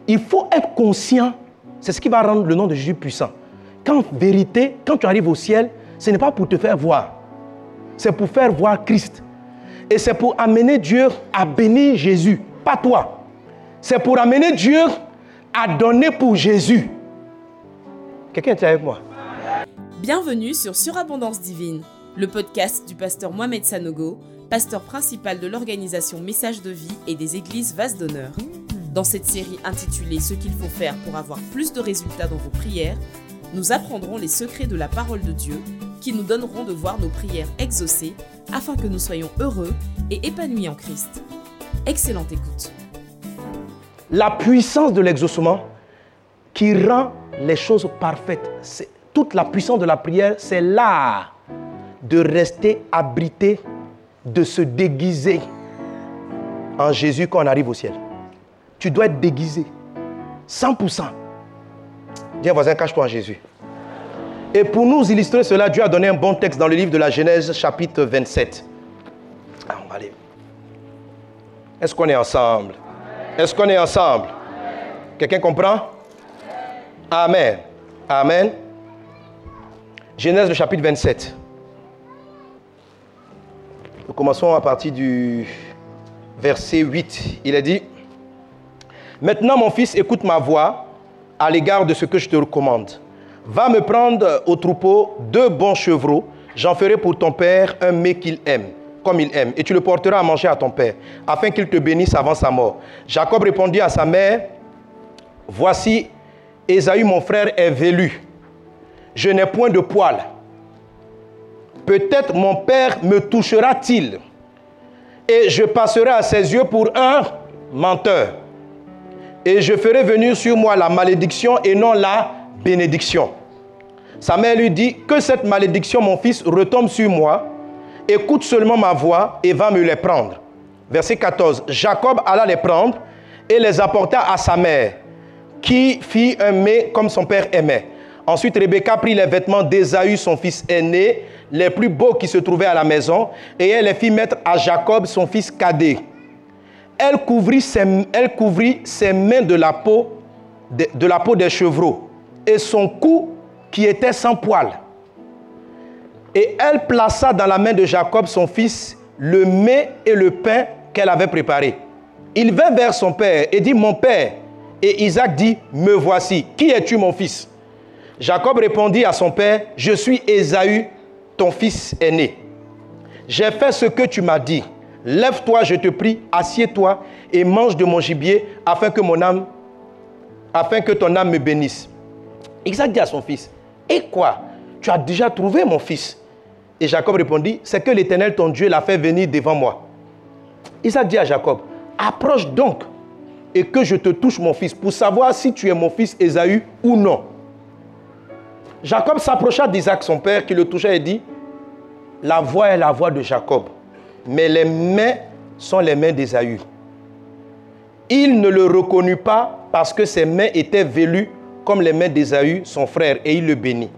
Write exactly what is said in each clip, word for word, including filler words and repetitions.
il faut être conscient. C'est ce qui va rendre le nom de Jésus puissant. Qu'en vérité, quand tu arrives au ciel, ce n'est pas pour te faire voir. C'est pour faire voir Christ. Et c'est pour amener Dieu à bénir Jésus, pas toi. C'est pour amener Dieu à donner pour Jésus. Quelqu'un est avec moi? Bienvenue sur Surabondance Divine, le podcast du pasteur Mohamed Sanogo, pasteur principal de l'organisation Message de Vie et des églises Vase d'Honneur. Dans cette série intitulée « Ce qu'il faut faire pour avoir plus de résultats dans vos prières », nous apprendrons les secrets de la parole de Dieu qui nous donneront de voir nos prières exaucées afin que nous soyons heureux et épanouis en Christ. Excellente écoute. La puissance de l'exaucement qui rend les choses parfaites. C'est, toute la puissance de la prière, c'est l'art de rester abrité, de se déguiser en Jésus quand on arrive au ciel. Tu dois être déguisé, cent pour cent. Dis à un voisin, cache-toi en Jésus. Et pour nous illustrer cela, Dieu a donné un bon texte dans le livre de la Genèse, chapitre vingt-sept. Ah, on va aller. Est-ce qu'on est ensemble? Est-ce qu'on est ensemble? Quelqu'un comprend? Amen. Amen. Genèse, le chapitre vingt-sept. Nous commençons à partir du verset huit. Il est dit: Maintenant, mon fils, écoute ma voix à l'égard de ce que je te recommande. Va me prendre au troupeau deux bons chevreaux. J'en ferai pour ton père un mets qu'il aime, comme il aime, et tu le porteras à manger à ton père, afin qu'il te bénisse avant sa mort. Jacob répondit à sa mère: Voici, Ésaü, mon frère, est velu. Je n'ai point de poil. Peut-être mon père me touchera-t-il, et je passerai à ses yeux pour un menteur. Et je ferai venir sur moi la malédiction et non la bénédiction. Sa mère lui dit: Que cette malédiction, mon fils, retombe sur moi. Écoute seulement ma voix et va me les prendre. Verset quatorze. Jacob alla les prendre et les apporta à sa mère, qui fit un mets comme son père aimait. Ensuite, Rebecca prit les vêtements d'Ésaü, son fils aîné, les plus beaux qui se trouvaient à la maison, et elle les fit mettre à Jacob, son fils cadet. Elle couvrit ses, elle couvrit ses mains de la peau, de, de la peau des chevreaux, et son cou qui était sans poil. Et elle plaça dans la main de Jacob, son fils, le mets et le pain qu'elle avait préparé. Il vint vers son père et dit: Mon père. Et Isaac dit: Me voici. Qui es-tu, mon fils? Jacob répondit à son père: Je suis Ésaü, ton fils aîné. J'ai fait ce que tu m'as dit. Lève-toi, je te prie, assieds-toi et mange de mon gibier afin que mon âme, afin que ton âme me bénisse. Isaac dit à son fils: Et quoi? Tu as déjà trouvé mon fils? Et Jacob répondit: C'est que l'Éternel ton Dieu l'a fait venir devant moi. Isaac dit à Jacob: Approche donc et que je te touche mon fils pour savoir si tu es mon fils Ésaü ou non. Jacob s'approcha d'Isaac son père qui le toucha et dit: La voix est la voix de Jacob, mais les mains sont les mains d'Ésaü. Il ne le reconnut pas parce que ses mains étaient velues comme les mains d'Ésaü, son frère, et il le bénit.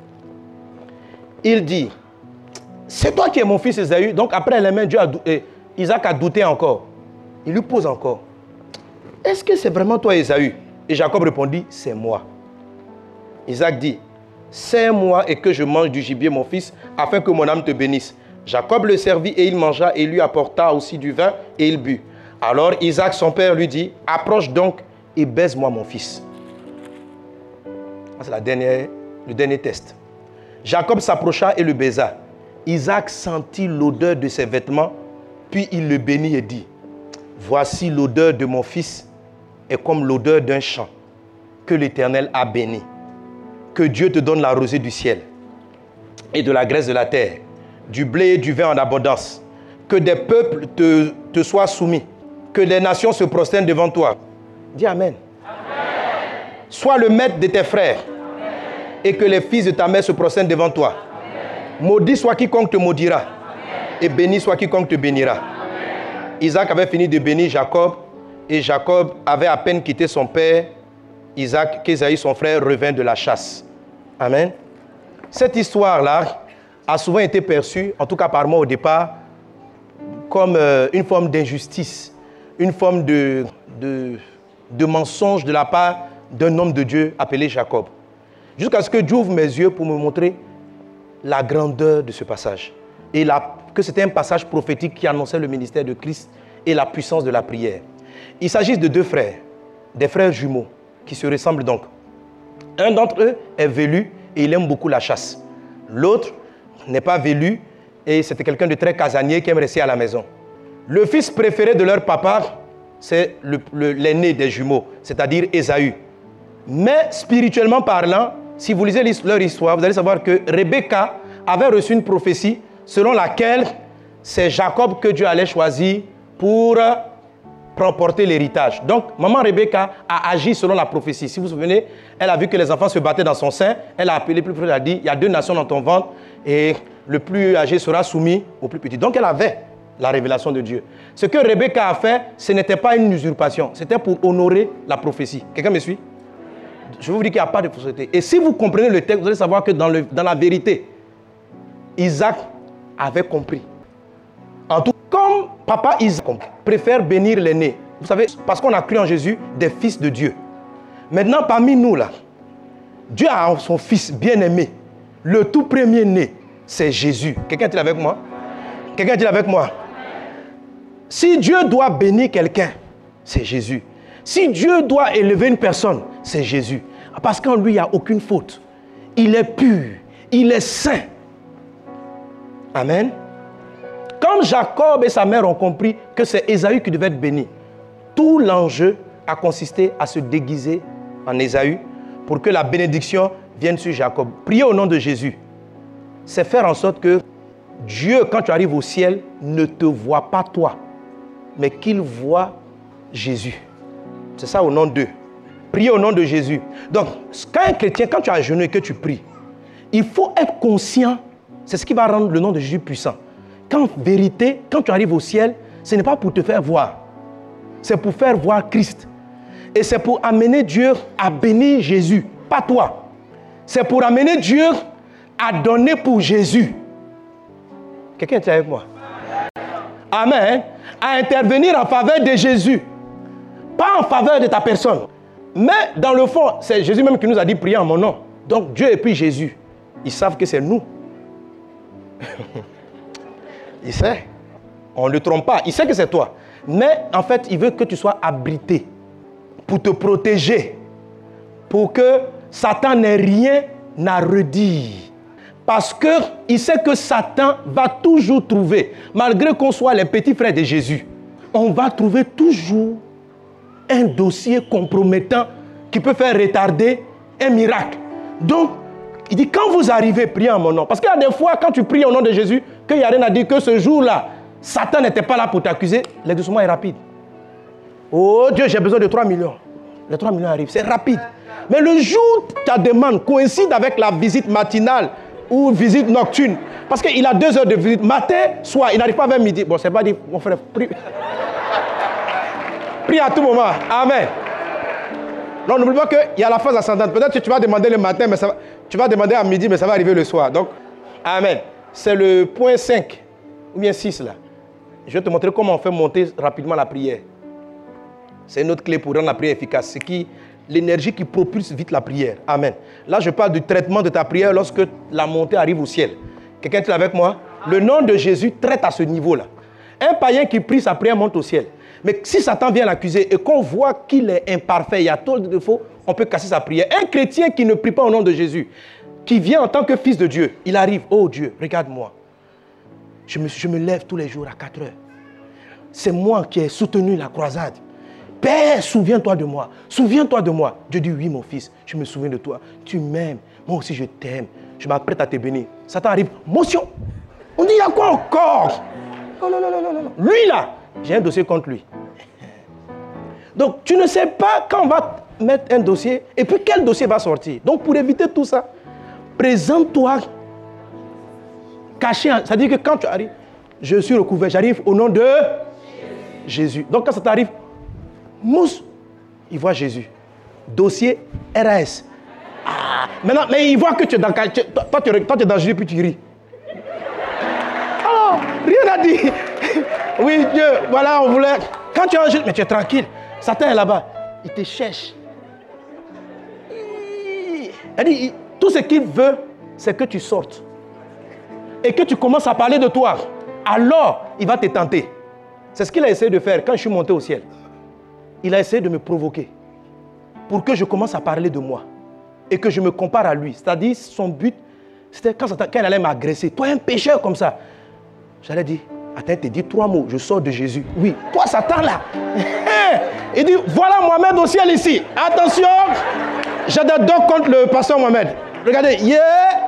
Il dit: C'est toi qui es mon fils Ésaü. Donc après les mains, Dieu a, eh, Isaac a douté encore. Il lui pose encore: Est-ce que c'est vraiment toi Ésaü? Et Jacob répondit: C'est moi. Isaac dit: Serre-moi et que je mange du gibier, mon fils, afin que mon âme te bénisse. Jacob le servit et il mangea et lui apporta aussi du vin et il but. Alors Isaac, son père, lui dit: Approche donc et baise-moi mon fils. C'est la dernière, le dernier test. Jacob s'approcha et le baisa. Isaac sentit l'odeur de ses vêtements, puis il le bénit et dit: Voici l'odeur de mon fils est comme l'odeur d'un champ que l'Éternel a béni. Que Dieu te donne la rosée du ciel et de la graisse de la terre, du blé et du vin en abondance. Que des peuples te, te soient soumis, que les nations se prosternent devant toi. Dis Amen. Amen. Sois le maître de tes frères. Amen. Et que les fils de ta mère se prosternent devant toi. Amen. Maudit soit quiconque te maudira. Amen. Et béni soit quiconque te bénira. Amen. Isaac avait fini de bénir Jacob et Jacob avait à peine quitté son père Isaac, qu'Ésaü, son frère, revint de la chasse. Amen. Cette histoire-là a souvent été perçue, en tout cas par moi au départ, comme euh, une forme d'injustice, une forme de, de, de mensonges de la part d'un homme de Dieu appelé Jacob. Jusqu'à ce que Dieu ouvre mes yeux pour me montrer la grandeur de ce passage. Et la, que c'était un passage prophétique qui annonçait le ministère de Christ et la puissance de la prière. Il s'agit de deux frères, des frères jumeaux, qui se ressemblent donc. Un d'entre eux est vélu et il aime beaucoup la chasse. L'autre n'est pas vélu et c'était quelqu'un de très casanier qui aime rester à la maison. Le fils préféré de leur papa, c'est le, le, l'aîné des jumeaux, c'est-à-dire Ésaü. Mais spirituellement parlant, si vous lisez leur histoire, vous allez savoir que Rebecca avait reçu une prophétie selon laquelle c'est Jacob que Dieu allait choisir pour remporter l'héritage. Donc, maman Rebecca a agi selon la prophétie. Si vous vous souvenez, elle a vu que les enfants se battaient dans son sein. Elle a appelé plus près, elle a dit, il y a deux nations dans ton ventre et le plus âgé sera soumis au plus petit. Donc, elle avait la révélation de Dieu. Ce que Rebecca a fait, ce n'était pas une usurpation. C'était pour honorer la prophétie. Quelqu'un me suit? Je vous dis qu'il n'y a pas de fausseté. Et si vous comprenez le texte, vous allez savoir que dans, le, dans la vérité, Isaac avait compris. En tout cas, comme papa Isaac préfère bénir l'aîné, vous savez, parce qu'on a cru en Jésus, des fils de Dieu. Maintenant, parmi nous, là, Dieu a son fils bien-aimé. Le tout premier né, c'est Jésus. Quelqu'un est-il avec moi? Quelqu'un est-il avec moi? Si Dieu doit bénir quelqu'un, c'est Jésus. Si Dieu doit élever une personne, c'est Jésus. Parce qu'en lui, il n'y a aucune faute. Il est pur, il est saint. Amen. Comme Jacob et sa mère ont compris que c'est Ésaü qui devait être béni, tout l'enjeu a consisté à se déguiser en Ésaü pour que la bénédiction vienne sur Jacob. Prier au nom de Jésus, c'est faire en sorte que Dieu, quand tu arrives au ciel, ne te voit pas toi, mais qu'il voit Jésus. C'est ça au nom d'eux. Prier au nom de Jésus. Donc, quand un chrétien, quand tu as jeûné et que tu pries, il faut être conscient. C'est ce qui va rendre le nom de Jésus puissant. Qu'en vérité, quand tu arrives au ciel, ce n'est pas pour te faire voir. C'est pour faire voir Christ. Et c'est pour amener Dieu à bénir Jésus, pas toi. C'est pour amener Dieu à donner pour Jésus. Quelqu'un est avec moi? Amen. À intervenir en faveur de Jésus. Pas en faveur de ta personne. Mais dans le fond, c'est Jésus même qui nous a dit prier en mon nom. Donc Dieu et puis Jésus, ils savent que c'est nous. Il sait. On ne le trompe pas. Il sait que c'est toi. Mais en fait, il veut que tu sois abrité pour te protéger. Pour que Satan n'ait rien à redire. Parce qu'il sait que Satan va toujours trouver, malgré qu'on soit les petits frères de Jésus, on va trouver toujours un dossier compromettant qui peut faire retarder un miracle. Donc, il dit, quand vous arrivez, priez en mon nom. Parce qu'il y a des fois, quand tu pries au nom de Jésus, qu'il n'y a rien à dire que ce jour-là, Satan n'était pas là pour t'accuser, l'exaucement est rapide. Oh Dieu, j'ai besoin de trois millions. Les trois millions arrivent, c'est rapide. Mais le jour où ta demande coïncide avec la visite matinale ou visite nocturne, parce qu'il a deux heures de visite, matin, soir, il n'arrive pas vers midi. Bon, c'est pas dit, mon frère, prie. Prie à tout moment. Amen. Non, n'oublie pas qu'il y a la phase ascendante. Peut-être que tu vas demander le matin, mais ça va, tu vas demander à midi, mais ça va arriver le soir. Donc, amen. C'est le point cinq, ou bien six là. Je vais te montrer comment on fait monter rapidement la prière. C'est une autre clé pour rendre la prière efficace. C'est qui, l'énergie qui propulse vite la prière. Amen. Là, je parle du traitement de ta prière lorsque la montée arrive au ciel. Quelqu'un est avec moi? Le nom de Jésus traite à ce niveau-là. Un païen qui prie, sa prière monte au ciel. Mais si Satan vient l'accuser et qu'on voit qu'il est imparfait, il y a trop de défauts, on peut casser sa prière. Un chrétien qui ne prie pas au nom de Jésus, qui vient en tant que fils de Dieu, il arrive, oh Dieu, regarde-moi. Je me, je me lève tous les jours à quatre heures. C'est moi qui ai soutenu la croisade. Père, souviens-toi de moi. Souviens-toi de moi. Dieu dit, oui, mon fils, je me souviens de toi. Tu m'aimes. Moi aussi, je t'aime. Je m'apprête à te bénir. Satan arrive. Motion. On dit, il y a quoi encore? Non, non, non, non, non, non. Lui, là, j'ai un dossier contre lui. Donc, tu ne sais pas quand on va mettre un dossier et puis quel dossier va sortir. Donc, pour éviter tout ça, présente-toi caché. C'est-à-dire que quand tu arrives, je suis recouvert, j'arrive au nom de Jésus. Donc, quand ça t'arrive, mousse, il voit Jésus. Dossier R A S. Ah, maintenant, mais il voit que tu es dans le quartier. Toi, toi, tu es dans Jésus, puis tu ris. Alors, rien à dire. Oui, Dieu, voilà, on voulait. Quand tu es en Jésus, mais tu es tranquille. Satan est là-bas. Il te cherche. Elle dit, tout ce qu'il veut, c'est que tu sortes. Et que tu commences à parler de toi. Alors, il va te tenter. C'est ce qu'il a essayé de faire quand je suis monté au ciel. Il a essayé de me provoquer. Pour que je commence à parler de moi. Et que je me compare à lui. C'est-à-dire, son but, c'était quand, quand il allait m'agresser. Toi, un pécheur comme ça. J'allais dire, attends, te dis trois mots, je sors de Jésus. Oui, toi, Satan là. Il dit, voilà Mohamed au ciel ici. Attention, j'adore donc contre le pasteur Mohamed. Regardez, yeah.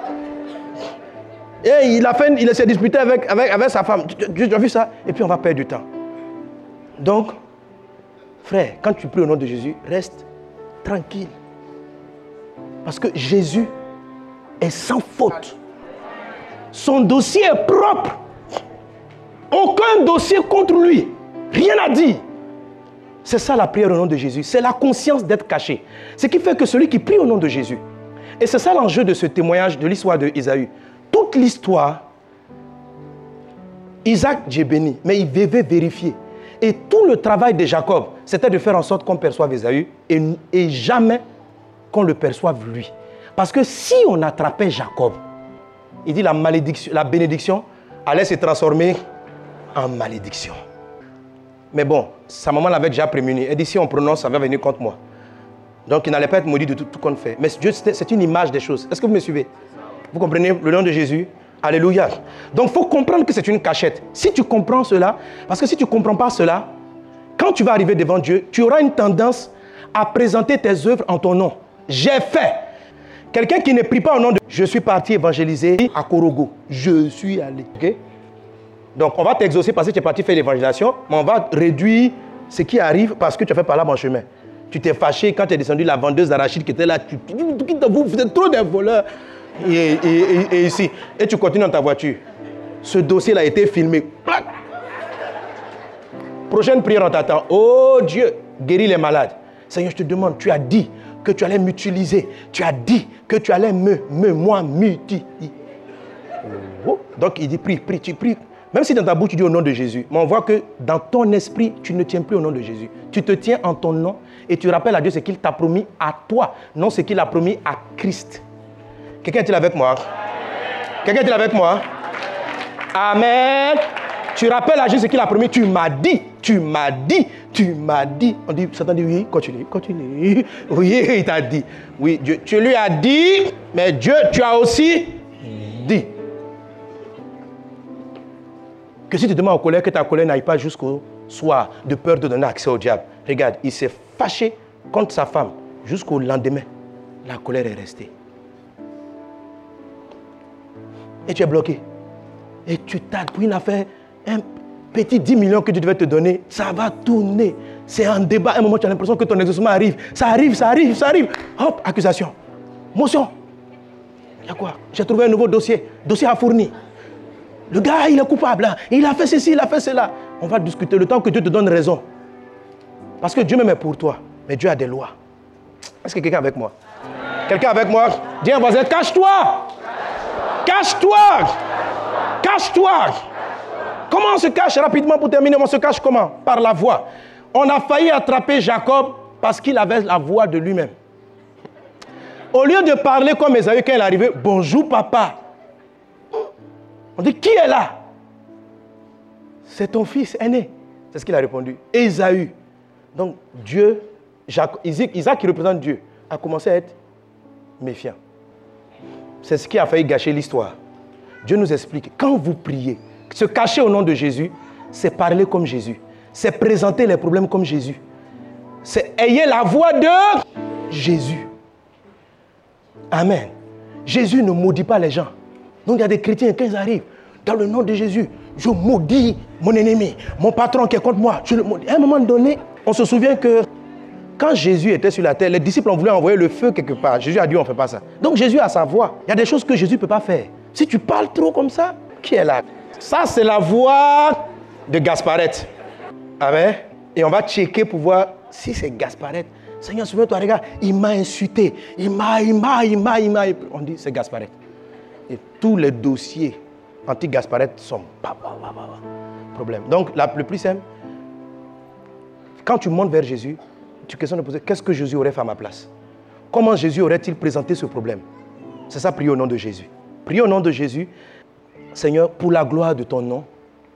Et il a fait, il s'est disputé avec, avec, avec sa femme. Tu, tu, tu as vu ça? Et puis on va perdre du temps. Donc, frère, quand tu pries au nom de Jésus, reste tranquille. Parce que Jésus est sans faute. Son dossier est propre. Aucun dossier contre lui. Rien à dire. C'est ça la prière au nom de Jésus. C'est la conscience d'être caché. Ce qui fait que celui qui prie au nom de Jésus. Et c'est ça l'enjeu de ce témoignage de l'histoire d'Ésaü. Toute l'histoire, Isaac, Dieu béni, mais il devait vérifier. Et tout le travail de Jacob, c'était de faire en sorte qu'on perçoive Ésaü et, et jamais qu'on le perçoive lui. Parce que si on attrapait Jacob, il dit la malédiction, la bénédiction allait se transformer en malédiction. Mais bon, sa maman l'avait déjà prémuni. Elle dit si on prononce, ça va venir contre moi. Donc il n'allait pas être maudit de tout, tout qu'on fait. Mais Dieu, c'est une image des choses. Est-ce que vous me suivez? Vous comprenez le nom de Jésus? Alléluia. Donc il faut comprendre que c'est une cachette. Si tu comprends cela, parce que si tu ne comprends pas cela, quand tu vas arriver devant Dieu, tu auras une tendance à présenter tes œuvres en ton nom. J'ai fait. Quelqu'un qui ne prie pas au nom de... Je suis parti évangéliser à Korogo. Je suis allé. Okay? Donc on va t'exaucer parce que tu es parti faire l'évangélisation, mais on va réduire ce qui arrive parce que tu as fait par là mon chemin. Tu t'es fâché quand tu es descendu la vendeuse d'arachide qui était là. Tu vous êtes trop des voleurs. Et, et, et, et ici, et tu continues dans ta voiture. Ce dossier-là a été filmé. Prochaine prière, on t'attend. Oh Dieu, guéris les malades. Seigneur, je te demande, tu as dit que tu allais m'utiliser. Tu as dit que tu allais me, me moi, m'utiliser. Oh. Donc il dit, prie, prie, tu pries. Même si dans ta bouche tu dis au nom de Jésus, mais on voit que dans ton esprit, tu ne tiens plus au nom de Jésus. Tu te tiens en ton nom et tu rappelles à Dieu ce qu'il t'a promis à toi, non ce qu'il a promis à Christ. Quelqu'un est-il avec moi? Quelqu'un est-il avec moi? Amen. Tu rappelles à Jésus ce qu'il a promis. Tu m'as dit, tu m'as dit, tu m'as dit. On dit, Satan dit oui, continue, continue. Oui, il t'a dit. Oui, Dieu, tu lui as dit, mais Dieu, tu as aussi dit. Que si tu demandes en colère, que ta colère n'aille pas jusqu'au soir, de peur de donner accès au diable. Regarde, il s'est fâché contre sa femme jusqu'au lendemain. La colère est restée. Et tu es bloqué. Et tu t'as pour une affaire, un petit dix millions que tu devais te donner, ça va tourner. C'est un débat. À un moment, tu as l'impression que ton exaucement arrive. Ça arrive, ça arrive, ça arrive. Hop, accusation. Motion. Il y a quoi? J'ai trouvé un nouveau dossier. Dossier à fournir. Le gars, il est coupable. Hein. Il a fait ceci, il a fait cela. On va discuter le temps que Dieu te donne raison. Parce que Dieu même est pour toi. Mais Dieu a des lois. Est-ce que quelqu'un est avec moi? Quelqu'un avec moi? Dis à un voisin, cache-toi! Cache-toi! Cache-toi! Comment on se cache rapidement pour terminer? On se cache comment? Par la voix. On a failli attraper Jacob parce qu'il avait la voix de lui-même. Au lieu de parler comme Ésaü quand il est arrivé, bonjour papa. On dit, qui est là? C'est ton fils aîné. C'est ce qu'il a répondu. Ésaü. Donc Dieu, Jacob, Isaac, Isaac qui représente Dieu, a commencé à être méfiant. C'est ce qui a failli gâcher l'histoire. Dieu nous explique, quand vous priez, se cacher au nom de Jésus, c'est parler comme Jésus. C'est présenter les problèmes comme Jésus. C'est ayez la voix de Jésus. Amen. Jésus ne maudit pas les gens. Donc il y a des chrétiens, quand ils arrivent, dans le nom de Jésus, je maudis mon ennemi, mon patron qui est contre moi, je le maudis. À un moment donné, on se souvient que quand Jésus était sur la terre, les disciples ont voulu envoyer le feu quelque part. Jésus a dit, on ne fait pas ça. Donc Jésus a sa voix. Il y a des choses que Jésus ne peut pas faire. Si tu parles trop comme ça, qui est là? Ça, c'est la voix de Gasparette. Amen. Et on va checker pour voir si c'est Gasparette. Seigneur, souviens-toi, regarde, il m'a insulté. Il m'a, il m'a, il m'a, il m'a. On dit, c'est Gasparette. Et tous les dossiers anti-Gasparette sont bah, bah, bah, bah, bah. Problème. Donc, la, le plus simple, quand tu montes vers Jésus, tu questionnes de poser, qu'est-ce que Jésus aurait fait à ma place? Comment Jésus aurait-il présenté ce problème? C'est ça, prier au nom de Jésus. Priez au nom de Jésus. Seigneur, pour la gloire de ton nom,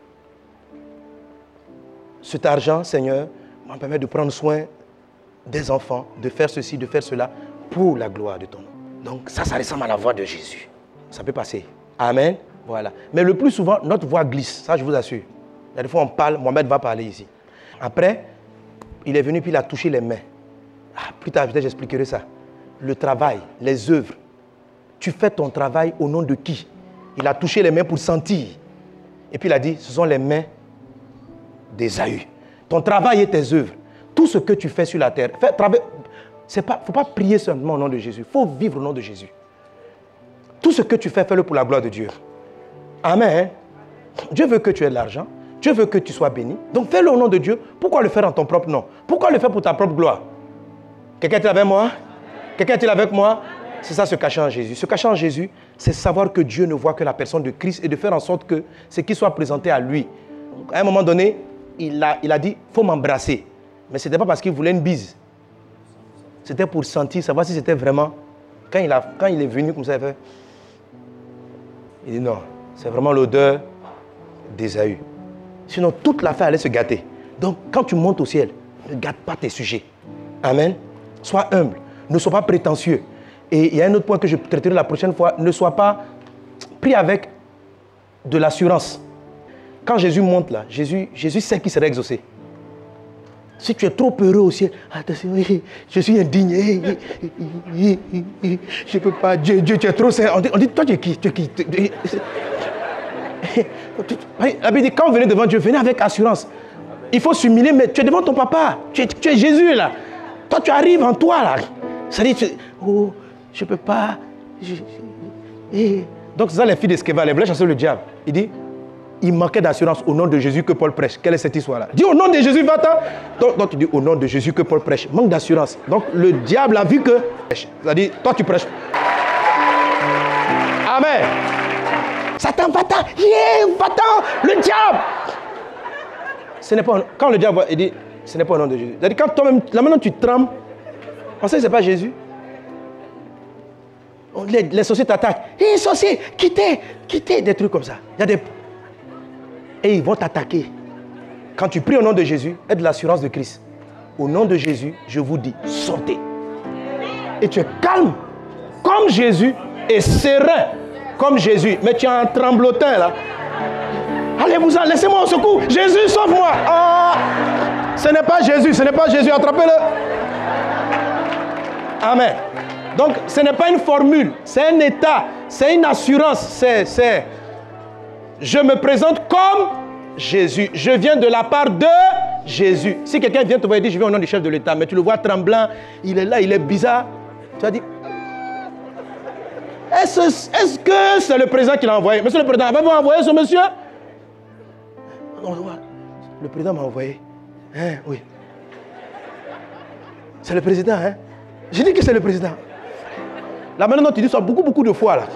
cet argent, Seigneur, m'en permet de prendre soin des enfants, de faire ceci, de faire cela, pour la gloire de ton nom. Donc ça, ça ressemble à la voix de Jésus. Ça peut passer. Amen. Voilà. Mais le plus souvent, notre voix glisse. Ça, je vous assure. Il y a des fois, on parle, Mohamed va parler ici. Après, il est venu puis il a touché les mains. Ah, plus tard, peut-être j'expliquerai ça. Le travail, les œuvres. Tu fais ton travail au nom de qui? Il a touché les mains pour sentir. Et puis il a dit, ce sont les mains d'Ésaü. Ton travail et tes œuvres. Tout ce que tu fais sur la terre. Il ne faut pas prier seulement au nom de Jésus. Il faut vivre au nom de Jésus. Tout ce que tu fais, fais-le pour la gloire de Dieu. Amen. Dieu veut que tu aies de l'argent. Dieu veut que tu sois béni. Donc fais-le au nom de Dieu. Pourquoi le faire en ton propre nom? Pourquoi le faire pour ta propre gloire? Quelqu'un est avec moi? Quelqu'un est avec moi? C'est ça, se cacher en Jésus. Se cacher en Jésus, c'est savoir que Dieu ne voit que la personne de Christ et de faire en sorte que ce qui soit présenté à lui. À un moment donné, il a, il a dit, il faut m'embrasser. Mais ce n'était pas parce qu'il voulait une bise. C'était pour sentir, savoir si c'était vraiment... Quand il, a, quand il est venu comme ça, il fait... Il dit non, c'est vraiment l'odeur d'Ésaü. Sinon, toute l'affaire allait se gâter. Donc, quand tu montes au ciel, ne gâte pas tes sujets. Amen. Sois humble. Ne sois pas prétentieux. Et il y a un autre point que je traiterai la prochaine fois. Ne sois pas pris avec de l'assurance. Quand Jésus monte là, Jésus, Jésus sait qu'il sera exaucé. Si tu es trop heureux au ciel, attention, je suis indigne. Je ne peux pas. Dieu, Dieu, tu es trop saint. On dit, on dit toi, tu es qui? Tu es qui? La Bible dit, quand vous venez devant Dieu, venez avec assurance. Il faut s'humilier, mais tu es devant ton papa. Tu es, tu es Jésus là. Toi, tu arrives en toi là. Ça dit, tu, oh, je ne peux pas. Je, je, donc, c'est ça les filles d'Esqueva, elles voulaient chasser le diable. Il dit, il manquait d'assurance au nom de Jésus que Paul prêche. Quelle est cette histoire-là? Dis au nom de Jésus, va-t'en. Donc, donc, tu dis au nom de Jésus que Paul prêche. Manque d'assurance. Donc, le diable a vu que. C'est-à-dire, toi, tu prêches. Amen. Satan, va-t'en. Yeah, va-t'en. Le diable. Ce n'est pas. Quand le diable, il dit, ce n'est pas au nom de Jésus. C'est-à-dire, quand toi-même, là maintenant, tu trembles, on sait que ce n'est pas Jésus. Les, les sorciers t'attaquent. Hé, hey, sorciers, quittez, quittez, des trucs comme ça. Il y a des. Et ils vont t'attaquer. Quand tu pries au nom de Jésus, aie de l'assurance de Christ. Au nom de Jésus, je vous dis, sortez. Et tu es calme, comme Jésus, et serein, comme Jésus. Mais tu es un tremblotin là. Allez-vous-en, laissez-moi au secours. Jésus, sauve-moi. Oh, ce n'est pas Jésus, ce n'est pas Jésus. Attrapez-le. Amen. Donc, ce n'est pas une formule, c'est un état, c'est une assurance, c'est, c'est... Je me présente comme Jésus. Je viens de la part de Jésus. Si quelqu'un vient te voir et dit, je viens au nom du chef de l'État, mais tu le vois tremblant, il est là, il est bizarre, tu vas dire, est-ce, est-ce que c'est le président qui l'a envoyé? Monsieur le président, avez-vous envoyé ce monsieur? Le président m'a envoyé. Hein, oui. C'est le président, hein? J'ai dit que c'est le président. Là maintenant, tu dis ça beaucoup, beaucoup de fois là.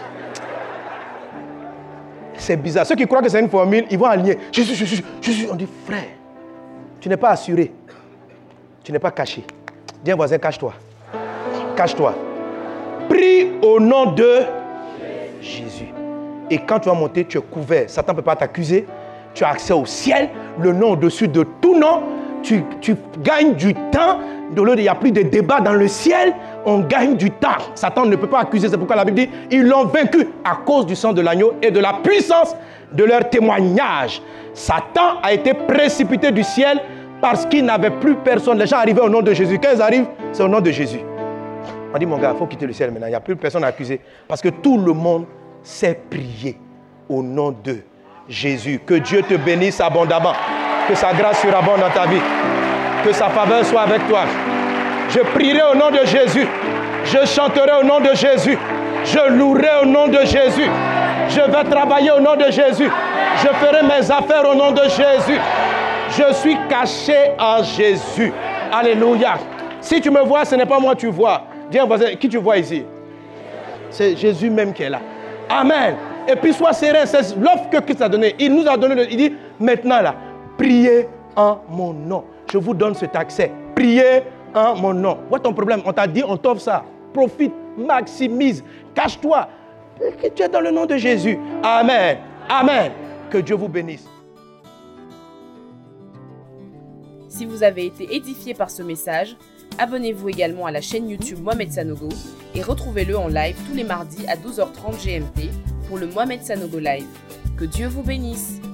C'est bizarre. Ceux qui croient que c'est une formule, ils vont aligner. Je suis, je suis, je suis. On dit, frère, tu n'es pas assuré. Tu n'es pas caché. Dis à un voisin, cache-toi. Cache-toi. Prie au nom de Jésus. Et quand tu vas monter, tu es couvert. Satan ne peut pas t'accuser. Tu as accès au ciel, le nom au-dessus de tout nom. Tu, tu gagnes du temps. Il n'y a plus de débat dans le ciel. On gagne du temps. Satan ne peut pas accuser. C'est pourquoi la Bible dit, ils l'ont vaincu à cause du sang de l'agneau et de la puissance de leur témoignage. Satan a été précipité du ciel parce qu'il n'avait plus personne. Les gens arrivaient au nom de Jésus. Quand ils arrivent, c'est au nom de Jésus. On dit, mon gars, il faut quitter le ciel maintenant. Il n'y a plus personne à accuser. Parce que tout le monde sait prier au nom de Jésus. Que Dieu te bénisse abondamment. Que sa grâce surabonde dans ta vie. Que sa faveur soit avec toi. Je prierai au nom de Jésus. Je chanterai au nom de Jésus. Je louerai au nom de Jésus. Je vais travailler au nom de Jésus. Je ferai mes affaires au nom de Jésus. Je suis caché en Jésus. Alléluia. Si tu me vois, ce n'est pas moi que tu vois. Dis à un voisin, qui tu vois ici? C'est Jésus même qui est là. Amen. Et puis sois serein. C'est l'offre que Christ a donnée. Il nous a donné, il dit, maintenant là, priez en mon nom. Je vous donne cet accès. Priez en mon nom. Où est ton problème? On t'a dit, on t'offre ça. Profite, maximise, cache-toi. Que tu es dans le nom de Jésus. Amen. Amen. Que Dieu vous bénisse. Si vous avez été édifié par ce message, abonnez-vous également à la chaîne YouTube Mohamed Sanogo et retrouvez-le en live tous les mardis à douze heures trente G M T pour le Mohamed Sanogo Live. Que Dieu vous bénisse.